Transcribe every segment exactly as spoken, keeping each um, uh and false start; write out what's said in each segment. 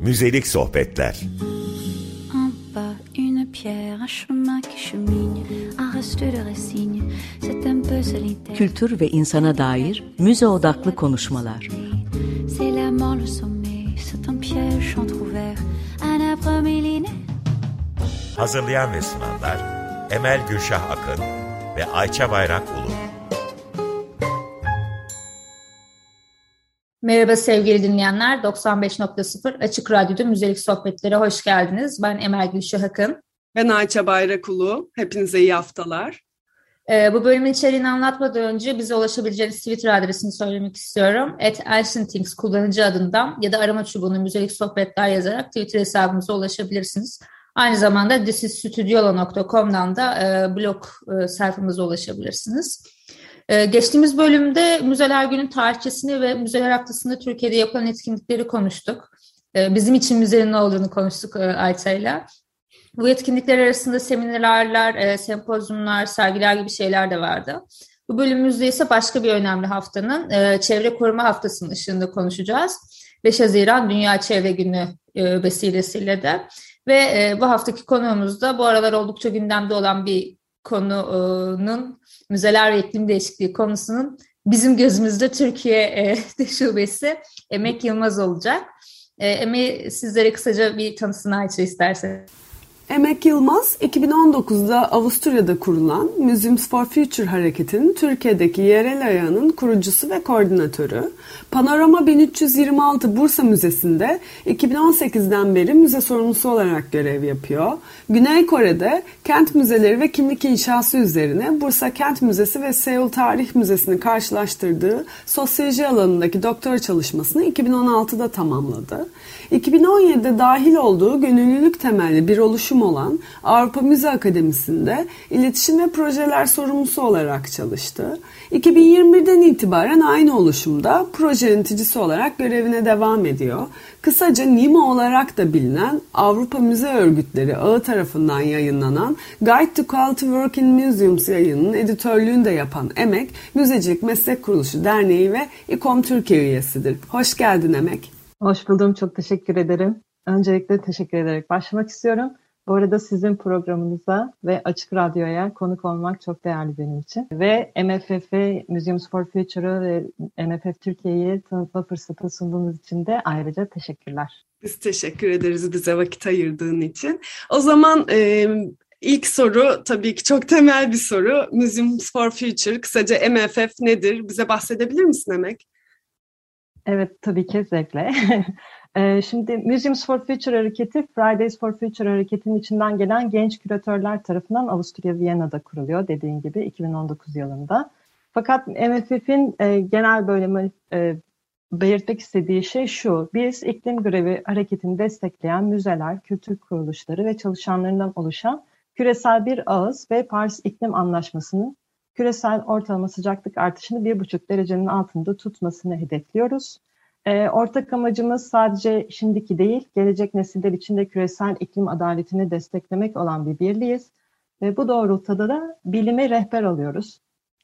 Müzelik sohbetler. En bas une pierre, un chemin qui chemine, un reste de racine, c'est un peu solitaire. Kültür ve insana dair müze odaklı konuşmalar. C'est la mort le sommet, c'est un piège entrouvert, un arbre millénaire. Hazırlayan ve sunanlar Emel Gülşah Akın ve Ayça Bayrak Ulu. Merhaba sevgili dinleyenler, doksan beş nokta sıfır Açık Radyo'da Müzelik Sohbetlere hoş geldiniz. Ben Emel Gülşah Akın. Ben Ayça Bayrak Ulu. Hepinize iyi haftalar. Ee, bu bölümün içeriğini anlatmadan önce bize ulaşabileceğiniz Twitter adresini söylemek istiyorum. at ancientthings kullanıcı adından ya da arama çubuğuna Müzelik Sohbetler yazarak Twitter hesabımıza ulaşabilirsiniz. Aynı zamanda this is studiolo nokta com'dan da e, blog e, sayfamıza ulaşabilirsiniz. Ee, geçtiğimiz bölümde Müzeler Günü'nün tarihçesini ve Müzeler Haftası'nda Türkiye'de yapılan etkinlikleri konuştuk. Ee, bizim için müzenin ne olduğunu konuştuk e, Ayça'yla. Bu etkinlikler arasında seminerler, e, sempozyumlar, sergiler gibi şeyler de vardı. Bu bölümümüzde ise başka bir önemli haftanın e, Çevre Koruma Haftası'nın ışığında konuşacağız. beş Haziran Dünya Çevre Günü e, vesilesiyle de. Ve e, bu haftaki konuğumuz da bu aralar oldukça gündemde olan bir konunun müzeler ve iklim değişikliği konusunun bizim gözümüzde Türkiye şubesi Emek Yılmaz olacak. Emek'i sizlere kısaca bir tanısını Ayça isterseniz. Emek Yılmaz, iki bin on dokuzda Avusturya'da kurulan Museums for Future hareketinin Türkiye'deki yerel ayağının kurucusu ve koordinatörü. Panorama bin üç yüz yirmi altı Bursa Müzesi'nde iki bin on sekizden beri müze sorumlusu olarak görev yapıyor. Güney Kore'de kent müzeleri ve kimlik inşası üzerine Bursa Kent Müzesi ve Seul Tarih Müzesi'ni karşılaştırdığı sosyoloji alanındaki doktora çalışmasını iki bin on altıda tamamladı. iki bin on yedide dahil olduğu gönüllülük temelli bir oluşum olan Avrupa Müze Akademisi'nde iletişim ve projeler sorumlusu olarak çalıştı. iki bin yirmi birden itibaren aynı oluşumda proje yöneticisi olarak görevine devam ediyor. Kısaca NİMO olarak da bilinen Avrupa Müze Örgütleri ağı tarafından yayınlanan Guide to Quality Work in Museums yayınının editörlüğünü de yapan Emek, Müzecilik Meslek Kuruluşu Derneği ve İKOM Türkiye üyesidir. Hoş geldin Emek. Hoş buldum, çok teşekkür ederim. Öncelikle teşekkür ederek başlamak istiyorum. Bu arada sizin programınıza ve Açık Radyo'ya konuk olmak çok değerli benim için. Ve M F F, Museums for Future'ı ve M F F Türkiye'yi tanıtma fırsatı sunduğunuz için de ayrıca teşekkürler. Biz teşekkür ederiz bize vakit ayırdığın için. O zaman e, ilk soru tabii ki çok temel bir soru. Museums for Future, kısaca M F F nedir? Bize bahsedebilir misin Emek? Evet, tabii ki zevkle. Şimdi Museums for Future hareketi, Fridays for Future hareketinin içinden gelen genç küratörler tarafından Avusturya Viyana'da kuruluyor dediğin gibi iki bin on dokuz yılında. Fakat M F F'in genel böyle belirtmek istediği şey şu: biz iklim grevi hareketini destekleyen müzeler, kültür kuruluşları ve çalışanlarından oluşan küresel bir ağız ve Paris İklim Anlaşması'nın küresel ortalama sıcaklık artışını bir buçuk derecenin altında tutmasını hedefliyoruz. E, ortak amacımız sadece şimdiki değil, gelecek nesiller için de küresel iklim adaletini desteklemek olan bir birliğiz. Ve bu doğrultuda da bilime rehber alıyoruz.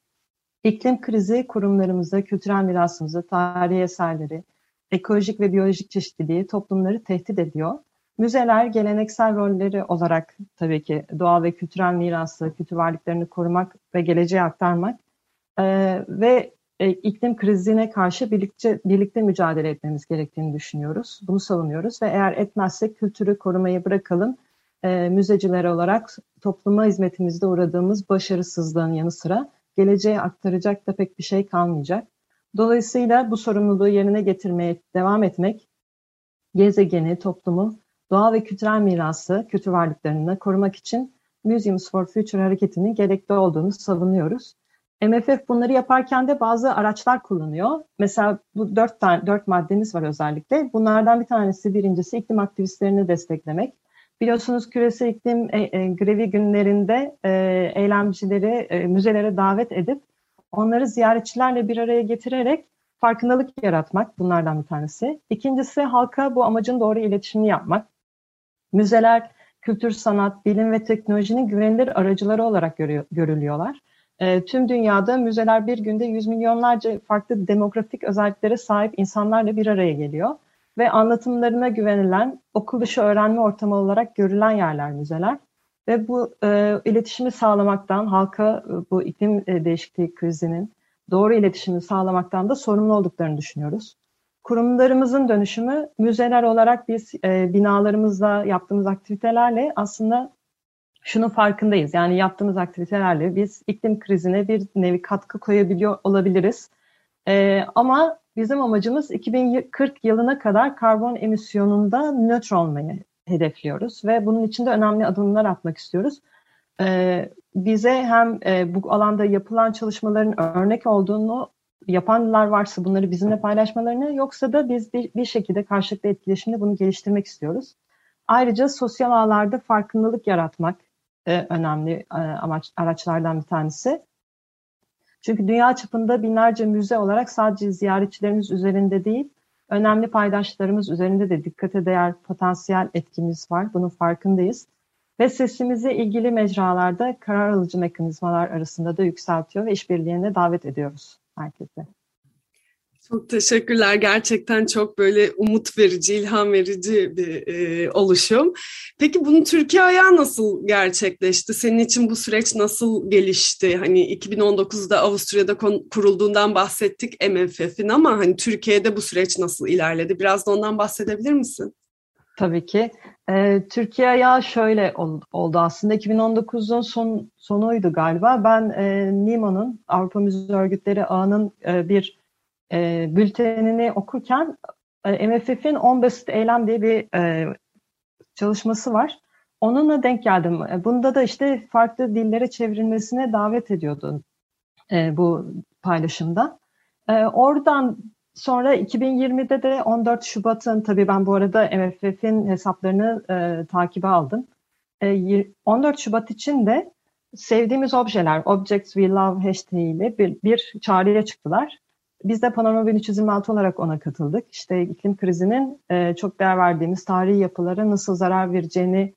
İklim krizi kurumlarımızı, kültürel mirasımızı, tarihi eserleri, ekolojik ve biyolojik çeşitliliği, toplumları tehdit ediyor. Müzeler geleneksel rolleri olarak tabii ki doğal ve kültürel mirası, kültür varlıklarını korumak ve geleceğe aktarmak e, ve e, iklim krizine karşı birlikte, birlikte mücadele etmemiz gerektiğini düşünüyoruz. Bunu savunuyoruz ve eğer etmezsek kültürü korumayı bırakalım, e, müzeciler olarak topluma hizmetimizde uğradığımız başarısızlığın yanı sıra geleceğe aktaracak da pek bir şey kalmayacak. Dolayısıyla bu sorumluluğu yerine getirmeye devam etmek, gezegeni, toplumu, doğal ve kültürel mirası, kültür varlıklarını korumak için Museums for Future hareketinin gerekli olduğunu savunuyoruz. M F F bunları yaparken de bazı araçlar kullanıyor. Mesela bu dört tane dört maddemiz var özellikle. Bunlardan bir tanesi, birincisi iklim aktivistlerini desteklemek. Biliyorsunuz küresel iklim e, e, grevi günlerinde e, eylemcileri e, müzelere davet edip onları ziyaretçilerle bir araya getirerek farkındalık yaratmak bunlardan bir tanesi. İkincisi, halka bu amacın doğru iletişimini yapmak. Müzeler kültür, sanat, bilim ve teknolojinin güvenilir aracıları olarak görü- görülüyorlar. E, tüm dünyada müzeler bir günde yüz milyonlarca farklı demografik özelliklere sahip insanlarla bir araya geliyor. ve anlatımlarına güvenilen okul dışı öğrenme ortamı olarak görülen yerler müzeler. Ve bu e, iletişimi sağlamaktan, halka bu iklim değişikliği krizinin doğru iletişimi sağlamaktan da sorumlu olduklarını düşünüyoruz. Kurumlarımızın dönüşümü, müzeler olarak biz e, binalarımızla yaptığımız aktivitelerle aslında şunun farkındayız. Yani yaptığımız aktivitelerle biz iklim krizine bir nevi katkı koyabiliyor olabiliriz. E, ama bizim amacımız iki bin kırk yılına kadar karbon emisyonunda nötr olmayı hedefliyoruz ve bunun için de önemli adımlar atmak istiyoruz. Ee, bize hem e, bu alanda yapılan çalışmaların örnek olduğunu, yapanlar varsa bunları bizimle paylaşmalarını, yoksa da biz bir, bir şekilde karşılıklı etkileşimde bunu geliştirmek istiyoruz. Ayrıca sosyal ağlarda farkındalık yaratmak e, önemli e, amaç, araçlardan bir tanesi. Çünkü dünya çapında binlerce müze olarak sadece ziyaretçilerimiz üzerinde değil, önemli paydaşlarımız üzerinde de dikkate değer potansiyel etkimiz var. Bunun farkındayız. Ve sesimizi ilgili mecralarda karar alıcı mekanizmalar arasında da yükseltiyor ve işbirliğine davet ediyoruz herkese. Çok teşekkürler. Gerçekten çok böyle umut verici, ilham verici bir e, oluşum. Peki bunun Türkiye ayağı nasıl gerçekleşti? Senin için bu süreç nasıl gelişti? Hani iki bin on dokuzda Avusturya'da kon- kurulduğundan bahsettik M F F'in, ama hani Türkiye'de bu süreç nasıl ilerledi? Biraz da ondan bahsedebilir misin? Tabii ki. Ee, Türkiye ayağı şöyle ol, oldu aslında. iki bin on dokuzun son, sonuydu galiba. Ben e, NİMO'nun, Avrupa Müze Örgütleri Ağı'nın e, bir E, bültenini okurken e, M F F'in on basit eylem diye bir e, çalışması var. Onunla denk geldim. E, bunda da işte farklı dillere çevrilmesine davet ediyordu e, bu paylaşımda. E, oradan sonra iki bin yirmide de on dört Şubat'ın, tabii ben bu arada M F F'in hesaplarını e, takibe aldım. E, on dört Şubat için de sevdiğimiz objeler, Objects We Love hashtag ile bir, bir çağrıya çıktılar. Biz de Panorama bin üç yüz yirmi altı olarak ona katıldık. İşte iklim krizinin e, çok değer verdiğimiz tarihi yapılara nasıl zarar vereceğini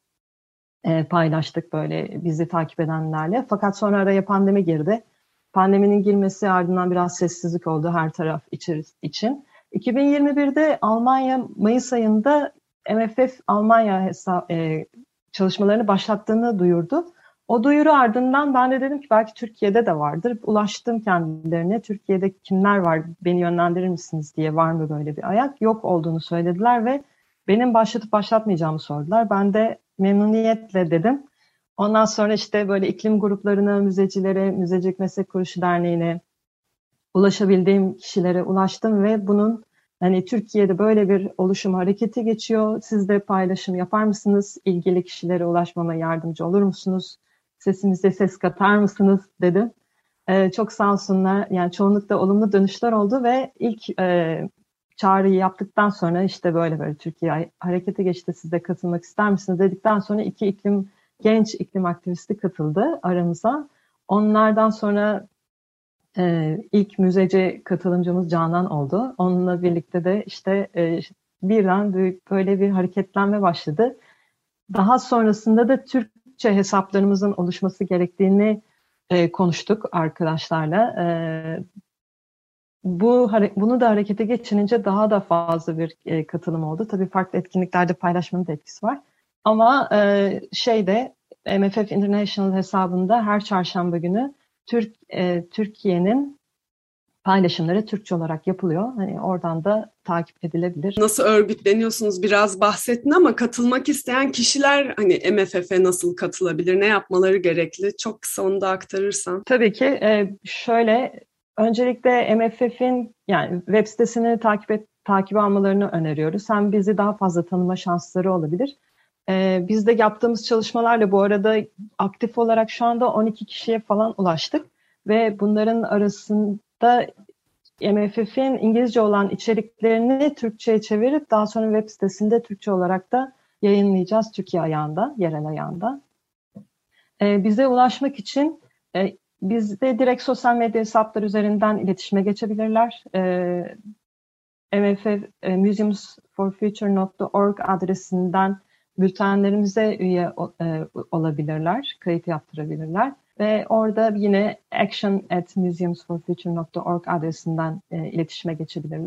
e, paylaştık böyle bizi takip edenlerle. Fakat sonra araya pandemi girdi. Pandeminin girmesi ardından biraz sessizlik oldu her taraf için. iki bin yirmi birde Almanya Mayıs ayında M F F Almanya hesap, e, çalışmalarını başlattığını duyurdu. O duyuru ardından ben de dedim ki belki Türkiye'de de vardır. Ulaştım kendilerine. Türkiye'de kimler var, beni yönlendirir misiniz diye, var mı böyle bir ayak? Yok olduğunu söylediler ve benim başlatıp başlatmayacağımı sordular. Ben de memnuniyetle dedim. Ondan sonra işte böyle iklim gruplarına, müzecilere, Müzecilik Meslek Kuruluşu Derneği'ne ulaşabildiğim kişilere ulaştım ve bunun hani Türkiye'de böyle bir oluşum hareketi geçiyor. Siz de paylaşım yapar mısınız? İlgili kişilere ulaşmama yardımcı olur musunuz? Sesimize ses katar mısınız dedim. Ee, çok sağ olsunlar. Yani çoğunlukla olumlu dönüşler oldu ve ilk e, çağrıyı yaptıktan sonra işte böyle böyle Türkiye harekete geçti, siz de katılmak ister misiniz dedikten sonra iki iklim genç iklim aktivisti katıldı aramıza. Onlardan sonra e, ilk müzeci katılımcımız Canan oldu. Onunla birlikte de işte e, birden büyük böyle bir hareketlenme başladı. Daha sonrasında da Türkçe hesaplarımızın oluşması gerektiğini e, konuştuk arkadaşlarla. E, bu bunu da harekete geçirince daha da fazla bir e, katılım oldu. Tabii farklı etkinliklerde paylaşmanın da etkisi var. Ama e, şeyde M F F International hesabında her çarşamba günü Türk e, Türkiye'nin paylaşımları Türkçe olarak yapılıyor. Hani oradan da takip edilebilir. Nasıl örgütleniyorsunuz biraz bahsettin, ama katılmak isteyen kişiler hani M F F'e nasıl katılabilir? Ne yapmaları gerekli? Çok kısa onu da aktarırsan. Tabii ki e, şöyle, öncelikle M F F'in yani web sitesini takip et, takip almalarını öneriyoruz. Hem bizi daha fazla tanıma şansları olabilir. Ee, biz de yaptığımız çalışmalarla bu arada aktif olarak şu anda on iki kişiye falan ulaştık. Ve bunların arasında M F F'in İngilizce olan içeriklerini Türkçe'ye çevirip daha sonra web sitesinde Türkçe olarak da yayınlayacağız Türkiye ayağında, yerel ayağında. Ee, bize ulaşmak için e, bizde direkt sosyal medya hesapları üzerinden iletişime geçebilirler. Ee, M F F e, museums for future nokta org adresinden bültenlerimize üye e, olabilirler, kayıt yaptırabilirler. Ve orada yine action at museums for future nokta org adresinden e, iletişime geçebilirler.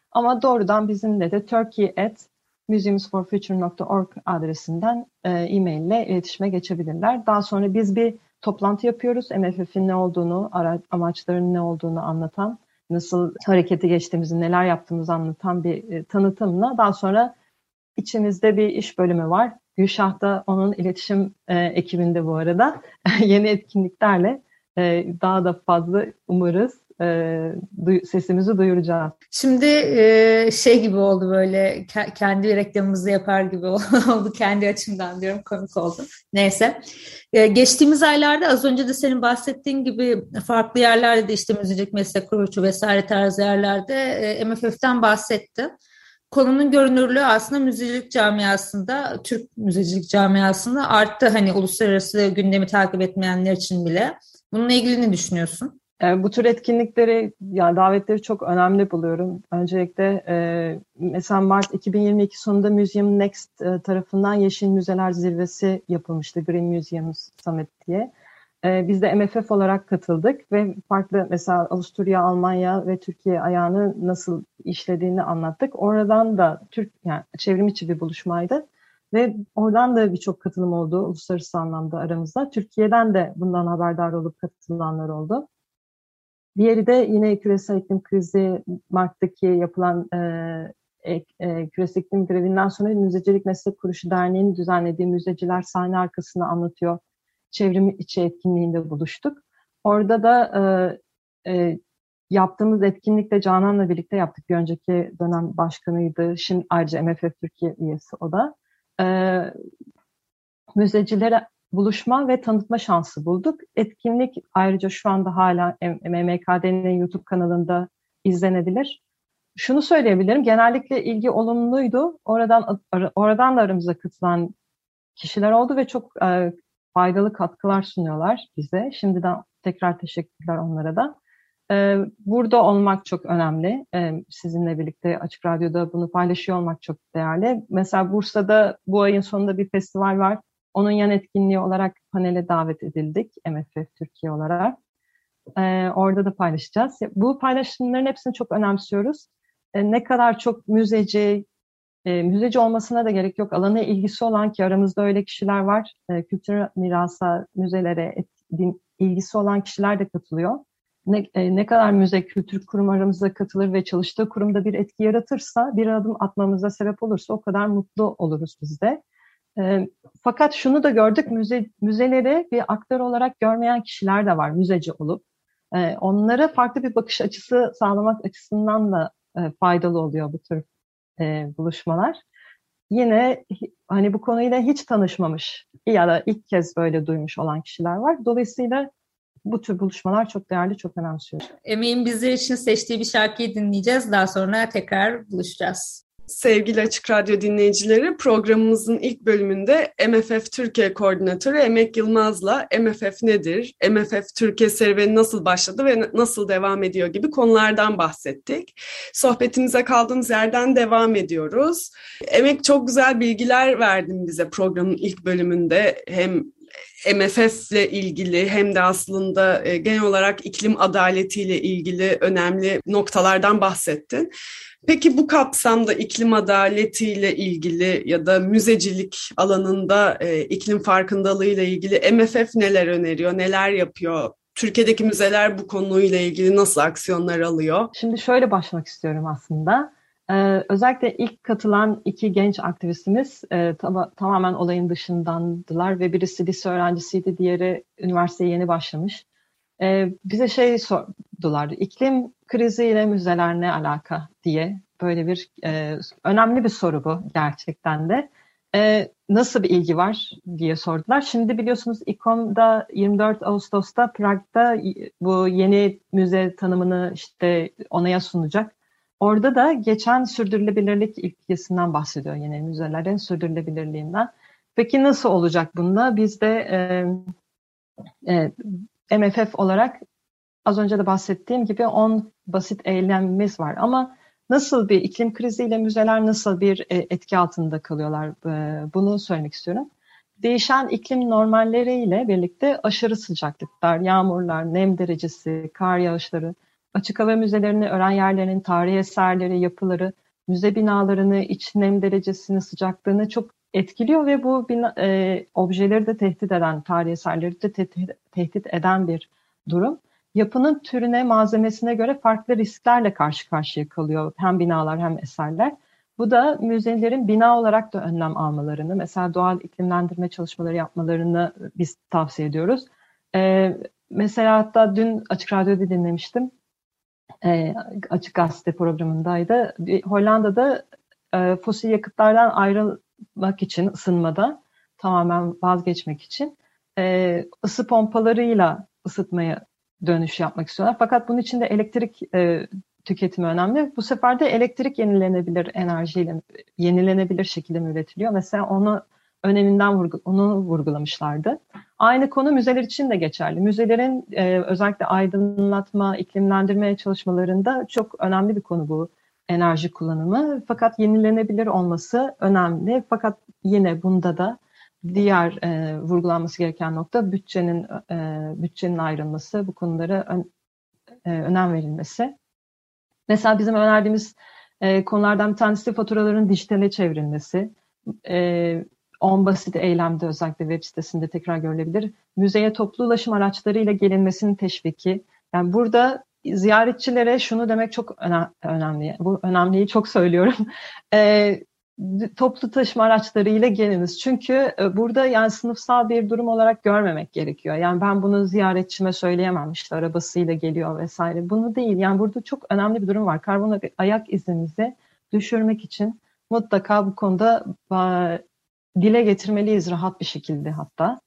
Ama doğrudan bizimle de turkey at museums for future nokta org adresinden e, e-mail ile iletişime geçebilirler. Daha sonra biz bir toplantı yapıyoruz. M F F'in ne olduğunu, ara, amaçlarının ne olduğunu anlatan, nasıl harekete geçtiğimizi, neler yaptığımızı anlatan bir e, tanıtımla daha sonra içimizde bir iş bölümü var. Gülşah da onun iletişim e, ekibinde bu arada. Yeni etkinliklerle e, daha da fazla umarız e, duy- sesimizi duyuracağız. Şimdi e, şey gibi oldu böyle ke- kendi reklamımızı yapar gibi oldu. Kendi açımdan diyorum, komik oldu. Neyse. E, geçtiğimiz aylarda az önce de senin bahsettiğin gibi farklı yerlerde de işte müzecilik meslek kuruluşu vesaire tarzı yerlerde e, M F F'ten bahsetti. Konunun görünürlüğü aslında müzecilik camiasında, Türk müzecilik camiasında arttı. Hani uluslararası gündemi takip etmeyenler için bile. Bununla ilgili ne düşünüyorsun? E, bu tür etkinlikleri, yani davetleri çok önemli buluyorum. Öncelikle e, mesela Mart iki bin yirmi iki sonunda Museum Next e, tarafından Yeşil Müzeler Zirvesi yapılmıştı. Green Museums Summit diye. E, biz de M F F olarak katıldık ve farklı mesela Avusturya, Almanya ve Türkiye ayağını nasıl işlediğini anlattık. Oradan da Türk, yani çevrim içi bir buluşmaydı. Ve oradan da birçok katılım oldu uluslararası anlamda aramızda. Türkiye'den de bundan haberdar olup katılanlar oldu. Diğeri de yine küresel iklim krizi Mart'taki yapılan e, e, küresel iklim grevinden sonra Müzecilik Meslek Kuruluşu Derneği'nin düzenlediği Müzeciler Sahne Arkasını Anlatıyor çevrim içi etkinliğinde buluştuk. Orada da e, e, yaptığımız etkinlikle Canan'la birlikte yaptık. Bir önceki dönem başkanıydı. Şimdi ayrıca M F F Türkiye üyesi o da. E, müzecilere buluşma ve tanıtma şansı bulduk. Etkinlik ayrıca şu anda hala M M K D'nin YouTube kanalında izlenebilir. Şunu söyleyebilirim, genellikle ilgi olumluydu. Oradan oradan da aramıza katılan kişiler oldu ve çok e, faydalı katkılar sunuyorlar bize. Şimdiden tekrar teşekkürler onlara da. E, burada olmak çok önemli. E, sizinle birlikte Açık Radyo'da bunu paylaşıyor olmak çok değerli. Mesela Bursa'da bu ayın sonunda bir festival var. Onun yan etkinliği olarak panele davet edildik M F F Türkiye olarak. Ee, orada da paylaşacağız. Bu paylaşımların hepsini çok önemsiyoruz. Ee, ne kadar çok müzeci, e, müzeci olmasına da gerek yok. Alana ilgisi olan, ki aramızda öyle kişiler var. E, kültür mirasa, müzelere et, din, ilgisi olan kişiler de katılıyor. Ne, e, ne kadar müze, kültür kurum aramızda katılır ve çalıştığı kurumda bir etki yaratırsa, bir adım atmamıza sebep olursa o kadar mutlu oluruz biz de. E, fakat şunu da gördük, müze, müzeleri bir aktör olarak görmeyen kişiler de var, müzeci olup. E, onlara farklı bir bakış açısı sağlamak açısından da e, faydalı oluyor bu tür e, buluşmalar. Yine hani bu konuyla hiç tanışmamış ya da ilk kez böyle duymuş olan kişiler var. Dolayısıyla bu tür buluşmalar çok değerli, çok önemsiyoruz. Emeğin bizler için seçtiği bir şarkıyı dinleyeceğiz. Daha sonra tekrar buluşacağız. Sevgili Açık Radyo dinleyicileri, programımızın ilk bölümünde M F F Türkiye Koordinatörü Emek Yılmaz'la M F F nedir, M F F Türkiye serüveni nasıl başladı ve nasıl devam ediyor gibi konulardan bahsettik. Sohbetimize kaldığımız yerden devam ediyoruz. Emek, çok güzel bilgiler verdin bize programın ilk bölümünde. Hem M F F ile ilgili hem de aslında genel olarak iklim adaletiyle ilgili önemli noktalardan bahsettin. Peki bu kapsamda iklim adaletiyle ilgili ya da müzecilik alanında e, iklim farkındalığıyla ilgili M F F neler öneriyor, neler yapıyor? Türkiye'deki müzeler bu konuyla ilgili nasıl aksiyonlar alıyor? Şimdi şöyle başlamak istiyorum aslında. Ee, özellikle ilk katılan iki genç aktivistimiz e, tam, tamamen olayın dışındandılar ve birisi lise öğrencisiydi, diğeri üniversiteye yeni başlamış. Ee, bize şey sordular, iklim kriziyle müzeler ne alaka diye. Böyle bir e, önemli bir soru bu gerçekten de. E, nasıl bir ilgi var diye sordular. Şimdi biliyorsunuz İKOM'da yirmi dört Ağustos'ta Prag'da bu yeni müze tanımını işte onaya sunacak. Orada da geçen sürdürülebilirlik ilkesinden bahsediyor, yeni müzelerin sürdürülebilirliğinden. Peki nasıl olacak bunda? Biz de e, e, M F F olarak az önce de bahsettiğim gibi on basit eylemimiz var. Ama nasıl bir iklim kriziyle müzeler nasıl bir etki altında kalıyorlar? Bunu söylemek istiyorum. Değişen iklim normalleriyle birlikte aşırı sıcaklıklar, yağmurlar, nem derecesi, kar yağışları, açık hava müzelerini, öğren yerlerinin tarihi eserleri, yapıları, müze binalarını, iç nem derecesini, sıcaklığını çok etkiliyor ve bu bina, e, objeleri de tehdit eden, tarihi eserleri de tehdit, tehdit eden bir durum. Yapının türüne, malzemesine göre farklı risklerle karşı karşıya kalıyor hem binalar hem eserler. Bu da müzelerin bina olarak da önlem almalarını, mesela doğal iklimlendirme çalışmaları yapmalarını biz tavsiye ediyoruz. Ee, mesela hatta dün Açık Radyo'da dinlemiştim. Ee, Açık Gazete programındaydı. Bir, Hollanda'da e, fosil yakıtlardan ayrılmak için, ısınmada tamamen vazgeçmek için e, ısı pompalarıyla ısıtmaya dönüş yapmak istiyorlar. Fakat bunun için de elektrik e, tüketimi önemli. Bu sefer de elektrik yenilenebilir enerjiyle, yenilenebilir şekilde üretiliyor. Mesela onu öneminden vurgu, onu vurgulamışlardı. Aynı konu müzeler için de geçerli. Müzelerin e, özellikle aydınlatma, iklimlendirme çalışmalarında çok önemli bir konu bu enerji kullanımı. Fakat yenilenebilir olması önemli. Fakat yine bunda da diğer e, vurgulanması gereken nokta bütçenin e, bütçenin ayrılması, bu konulara ön, e, önem verilmesi. Mesela bizim önerdiğimiz e, konulardan bir tanesi faturaların dijitale çevrilmesi. E, on basit eylemde özellikle web sitesinde tekrar görülebilir. Müzeye toplu ulaşım araçlarıyla gelinmesinin teşviki. Yani burada ziyaretçilere şunu demek çok öne- önemli. Bu önemliyi çok söylüyorum. E, toplu taşıma araçlarıyla geliniz. Çünkü burada yani sınıfsal bir durum olarak görmemek gerekiyor. Yani ben bunu ziyaretçime söyleyemem, işte arabasıyla geliyor vesaire. Bunu değil. Yani burada çok önemli bir durum var. Karbon ayak izimizi düşürmek için mutlaka bu konuda e, dile getirmeliyiz rahat bir şekilde hatta.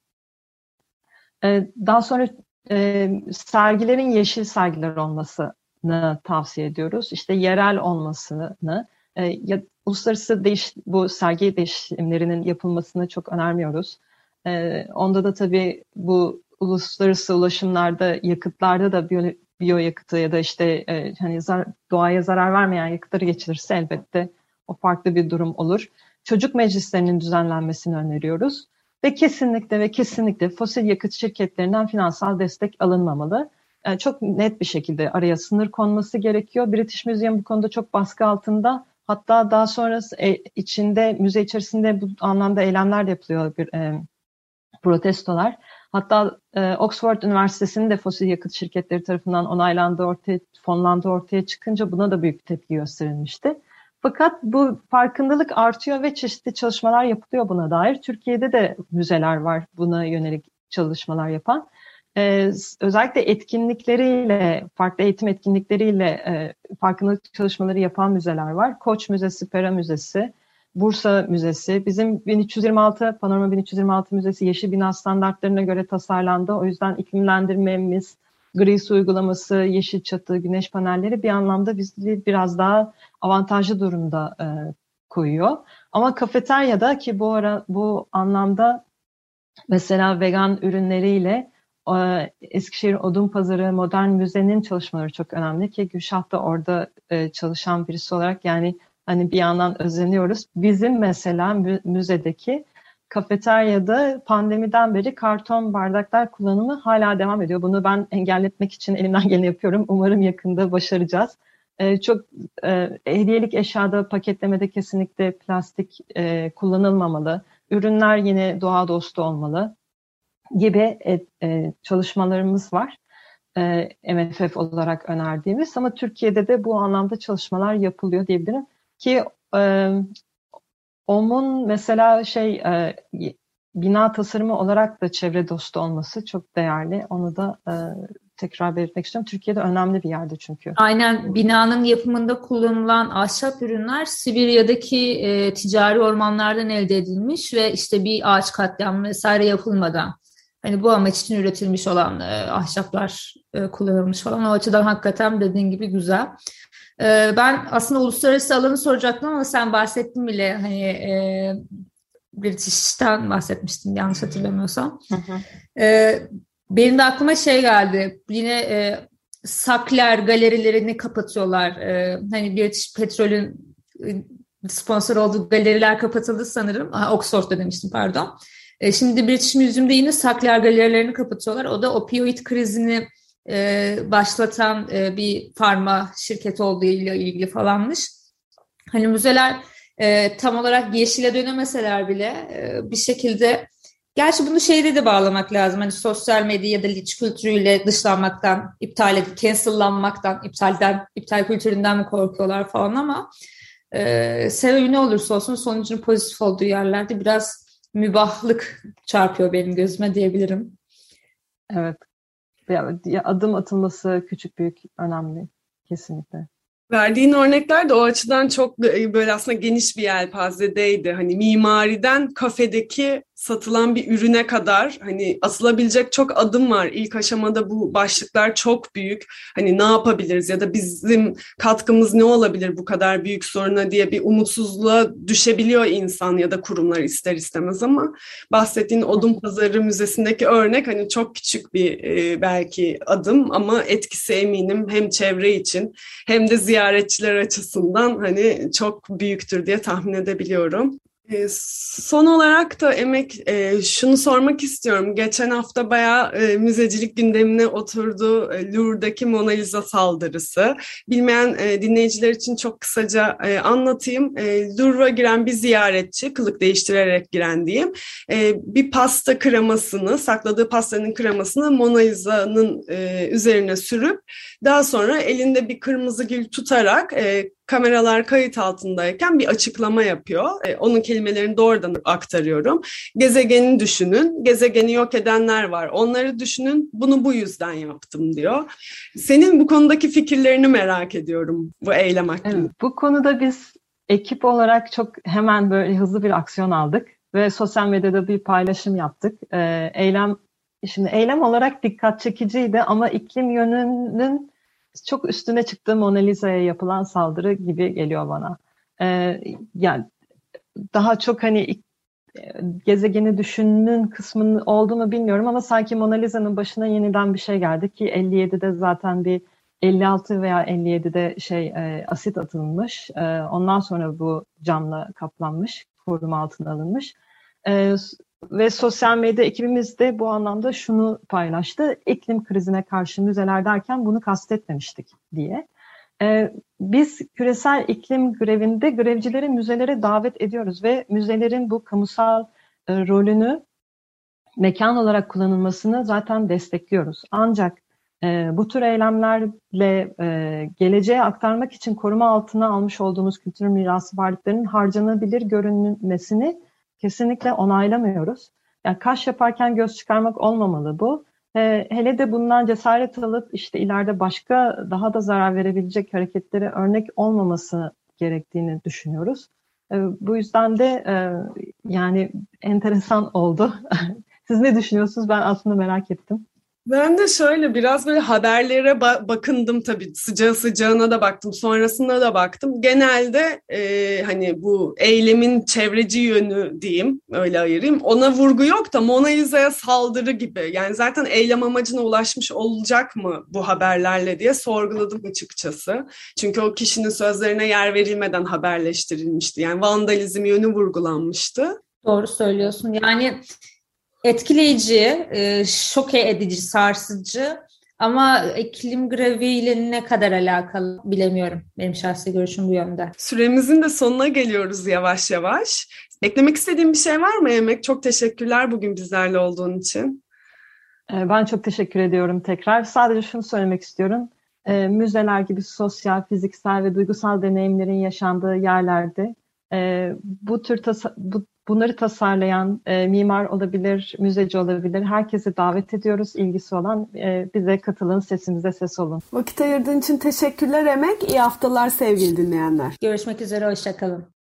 E, daha sonra e, sergilerin yeşil sergiler olmasını tavsiye ediyoruz. İşte yerel olmasını, e, ya, uluslararası değiş, bu sergi değişimlerinin yapılmasını çok önermiyoruz. Ee, onda da tabii bu uluslararası ulaşımlarda, yakıtlarda da biyo, biyo yakıtı ya da işte e, hani zar, doğaya zarar vermeyen yakıtları geçilirse elbette o farklı bir durum olur. Çocuk meclislerinin düzenlenmesini öneriyoruz. Ve kesinlikle ve kesinlikle fosil yakıt şirketlerinden finansal destek alınmamalı. Yani çok net bir şekilde araya sınır konması gerekiyor. British Museum bu konuda çok baskı altında. Hatta daha sonrası e, içinde, müze içerisinde bu anlamda eylemler de yapılıyor, bir e, protestolar. Hatta e, Oxford Üniversitesi'nin de fosil yakıt şirketleri tarafından onaylandığı, ortaya, fonlandığı ortaya çıkınca buna da büyük tepki gösterilmişti. Fakat bu farkındalık artıyor ve çeşitli çalışmalar yapılıyor buna dair. Türkiye'de de müzeler var buna yönelik çalışmalar yapan. Ee, özellikle etkinlikleriyle, farklı eğitim etkinlikleriyle e, farkındalık çalışmaları yapan müzeler var. Koç Müzesi, Pera Müzesi, Bursa Müzesi. Bizim bin üç yüz yirmi altı, Panorama bin üç yüz yirmi altı Müzesi yeşil bina standartlarına göre tasarlandı. O yüzden iklimlendirmemiz, gri su uygulaması, yeşil çatı, güneş panelleri bir anlamda bizi biraz daha avantajlı durumda e, koyuyor. Ama kafeteryada ki bu ara bu anlamda mesela vegan ürünleriyle Eskişehir Odunpazarı Modern Müze'nin çalışmaları çok önemli ki Gülşah da orada çalışan birisi olarak yani hani bir yandan özeniyoruz. Bizim mesela müzedeki kafeteryada pandemiden beri karton bardaklar kullanımı hala devam ediyor. Bunu ben engelletmek için elimden geleni yapıyorum. Umarım yakında başaracağız. Çok hediyelik eşyada, paketlemede kesinlikle plastik kullanılmamalı. Ürünler yine doğa dostu olmalı gibi e, e, çalışmalarımız var. E, M F F olarak önerdiğimiz ama Türkiye'de de bu anlamda çalışmalar yapılıyor diyebilirim ki e, O M O'nun mesela şey e, bina tasarımı olarak da çevre dostu olması çok değerli. Onu da e, tekrar belirtmek istiyorum. Türkiye'de önemli bir yerde çünkü. Aynen, binanın yapımında kullanılan ahşap ürünler Sibirya'daki e, ticari ormanlardan elde edilmiş ve işte bir ağaç katliamı vesaire yapılmadan hani bu amaç için üretilmiş olan e, ahşaplar e, kullanılmış falan. O açıdan hakikaten dediğin gibi güzel. E, ben aslında uluslararası alanı soracaktım ama sen bahsettin bile, hani e, British'ten bahsetmiştin yanlış hatırlamıyorsam. Hı hı. E, benim de aklıma şey geldi. Yine e, Sackler galerilerini kapatıyorlar. E, hani British Petrol'ün e, sponsor olduğu galeriler kapatıldı sanırım. Aha, Oxford'da demiştim, pardon. E, şimdi British Museum'da yine Sackler galerilerini kapatıyorlar. O da opioid krizini e, başlatan e, bir farma şirketi olduğu ile ilgili falanmış. Hani müzeler e, tam olarak yeşile dönemeseler bile e, bir şekilde, gerçi bunu şeyde de bağlamak lazım. Hani sosyal medya ya da linç kültürüyle dışlanmaktan, iptal edip, cancellanmaktan, iptalden, iptal kültüründen mi korkuyorlar falan, ama e, sebebi ne olursa olsun sonucunun pozitif olduğu yerlerde biraz mübahlık çarpıyor benim gözüme diyebilirim. Evet. Ya, adım atılması küçük büyük önemli. Kesinlikle. Verdiğin örnekler de o açıdan çok böyle aslında geniş bir yelpazedeydi. Hani mimariden kafedeki satılan bir ürüne kadar hani asılabilecek çok adım var. İlk aşamada bu başlıklar çok büyük. Hani ne yapabiliriz ya da bizim katkımız ne olabilir bu kadar büyük soruna diye bir umutsuzluğa düşebiliyor insan ya da kurumlar ister istemez, ama bahsettiğin Odunpazarı Müzesi'ndeki örnek hani çok küçük bir e, belki adım, ama etkisi eminim hem çevre için hem de ziyaretçiler açısından hani çok büyüktür diye tahmin edebiliyorum. Son olarak da Emek, e, şunu sormak istiyorum. Geçen hafta bayağı e, müzecilik gündemine oturdu e, Louvre'daki Mona Lisa saldırısı. Bilmeyen e, dinleyiciler için çok kısaca e, anlatayım. E, Louvre'a giren bir ziyaretçi, kılık değiştirerek giren diyeyim, e, bir pasta kremasını, sakladığı pastanın kremasını Mona Lisa'nın e, üzerine sürüp daha sonra elinde bir kırmızı gül tutarak e, kameralar kayıt altındayken bir açıklama yapıyor. E, onun kelimelerini doğrudan aktarıyorum. Gezegeni düşünün, gezegeni yok edenler var. Onları düşünün, bunu bu yüzden yaptım diyor. Senin bu konudaki fikirlerini merak ediyorum bu eylem hakkında. Evet, bu konuda biz ekip olarak çok hemen böyle hızlı bir aksiyon aldık ve sosyal medyada bir paylaşım yaptık. E, eylem, şimdi eylem olarak dikkat çekiciydi ama iklim yönünün çok üstüne çıktığı Mona Lisa'ya yapılan saldırı gibi geliyor bana. Ee, yani daha çok hani gezegeni düşününün kısmının olduğunu bilmiyorum ama sanki Mona Lisa'nın başına yeniden bir şey geldi ki elli yedide zaten bir elli altı veya elli yedide şey e, asit atılmış. E, ondan sonra bu camla kaplanmış, koruma altına alınmış. E, Ve sosyal medya ekibimiz de bu anlamda şunu paylaştı. İklim krizine karşı müzeler derken bunu kastetmemiştik diye. Ee, biz küresel iklim grevinde grevcileri müzelere davet ediyoruz ve müzelerin bu kamusal e, rolünü mekan olarak kullanılmasını zaten destekliyoruz. Ancak e, bu tür eylemlerle e, geleceğe aktarmak için koruma altına almış olduğumuz kültür mirası varlıklarının harcanabilir görünmesini kesinlikle onaylamıyoruz. Yani kaş yaparken göz çıkarmak olmamalı bu. Ee, hele de bundan cesaret alıp işte ileride başka daha da zarar verebilecek hareketlere örnek olmaması gerektiğini düşünüyoruz. Ee, bu yüzden de e, yani enteresan oldu. Siz ne düşünüyorsunuz? Ben aslında merak ettim. Ben de şöyle biraz böyle haberlere ba- bakındım tabii, sıcağı sıcağına da baktım, sonrasında da baktım. Genelde e, hani bu eylemin çevreci yönü diyeyim, öyle ayırayım, ona vurgu yok da Mona Lisa'ya saldırı gibi. Yani zaten eylem amacına ulaşmış olacak mı bu haberlerle diye sorguladım açıkçası. Çünkü o kişinin sözlerine yer verilmeden haberleştirilmişti. Yani vandalizm yönü vurgulanmıştı. Doğru söylüyorsun. Yani etkileyici, e, şoke edici, sarsıcı, ama iklim greviyle ne kadar alakalı bilemiyorum. Benim şahsi görüşüm bu yönde. Süremizin de sonuna geliyoruz yavaş yavaş. Eklemek istediğin bir şey var mı Emek? Çok teşekkürler bugün bizlerle olduğun için. Ben çok teşekkür ediyorum tekrar. Sadece şunu söylemek istiyorum. E, müzeler gibi sosyal, fiziksel ve duygusal deneyimlerin yaşandığı yerlerde e, bu tür tasa- bu Bunları tasarlayan e, mimar olabilir, müzeci olabilir. Herkese davet ediyoruz. İlgisi olan e, bize katılın, sesimize ses olun. Vakit ayırdığın için teşekkürler Emek. İyi haftalar sevgili dinleyenler. Görüşmek üzere, hoşça kalın.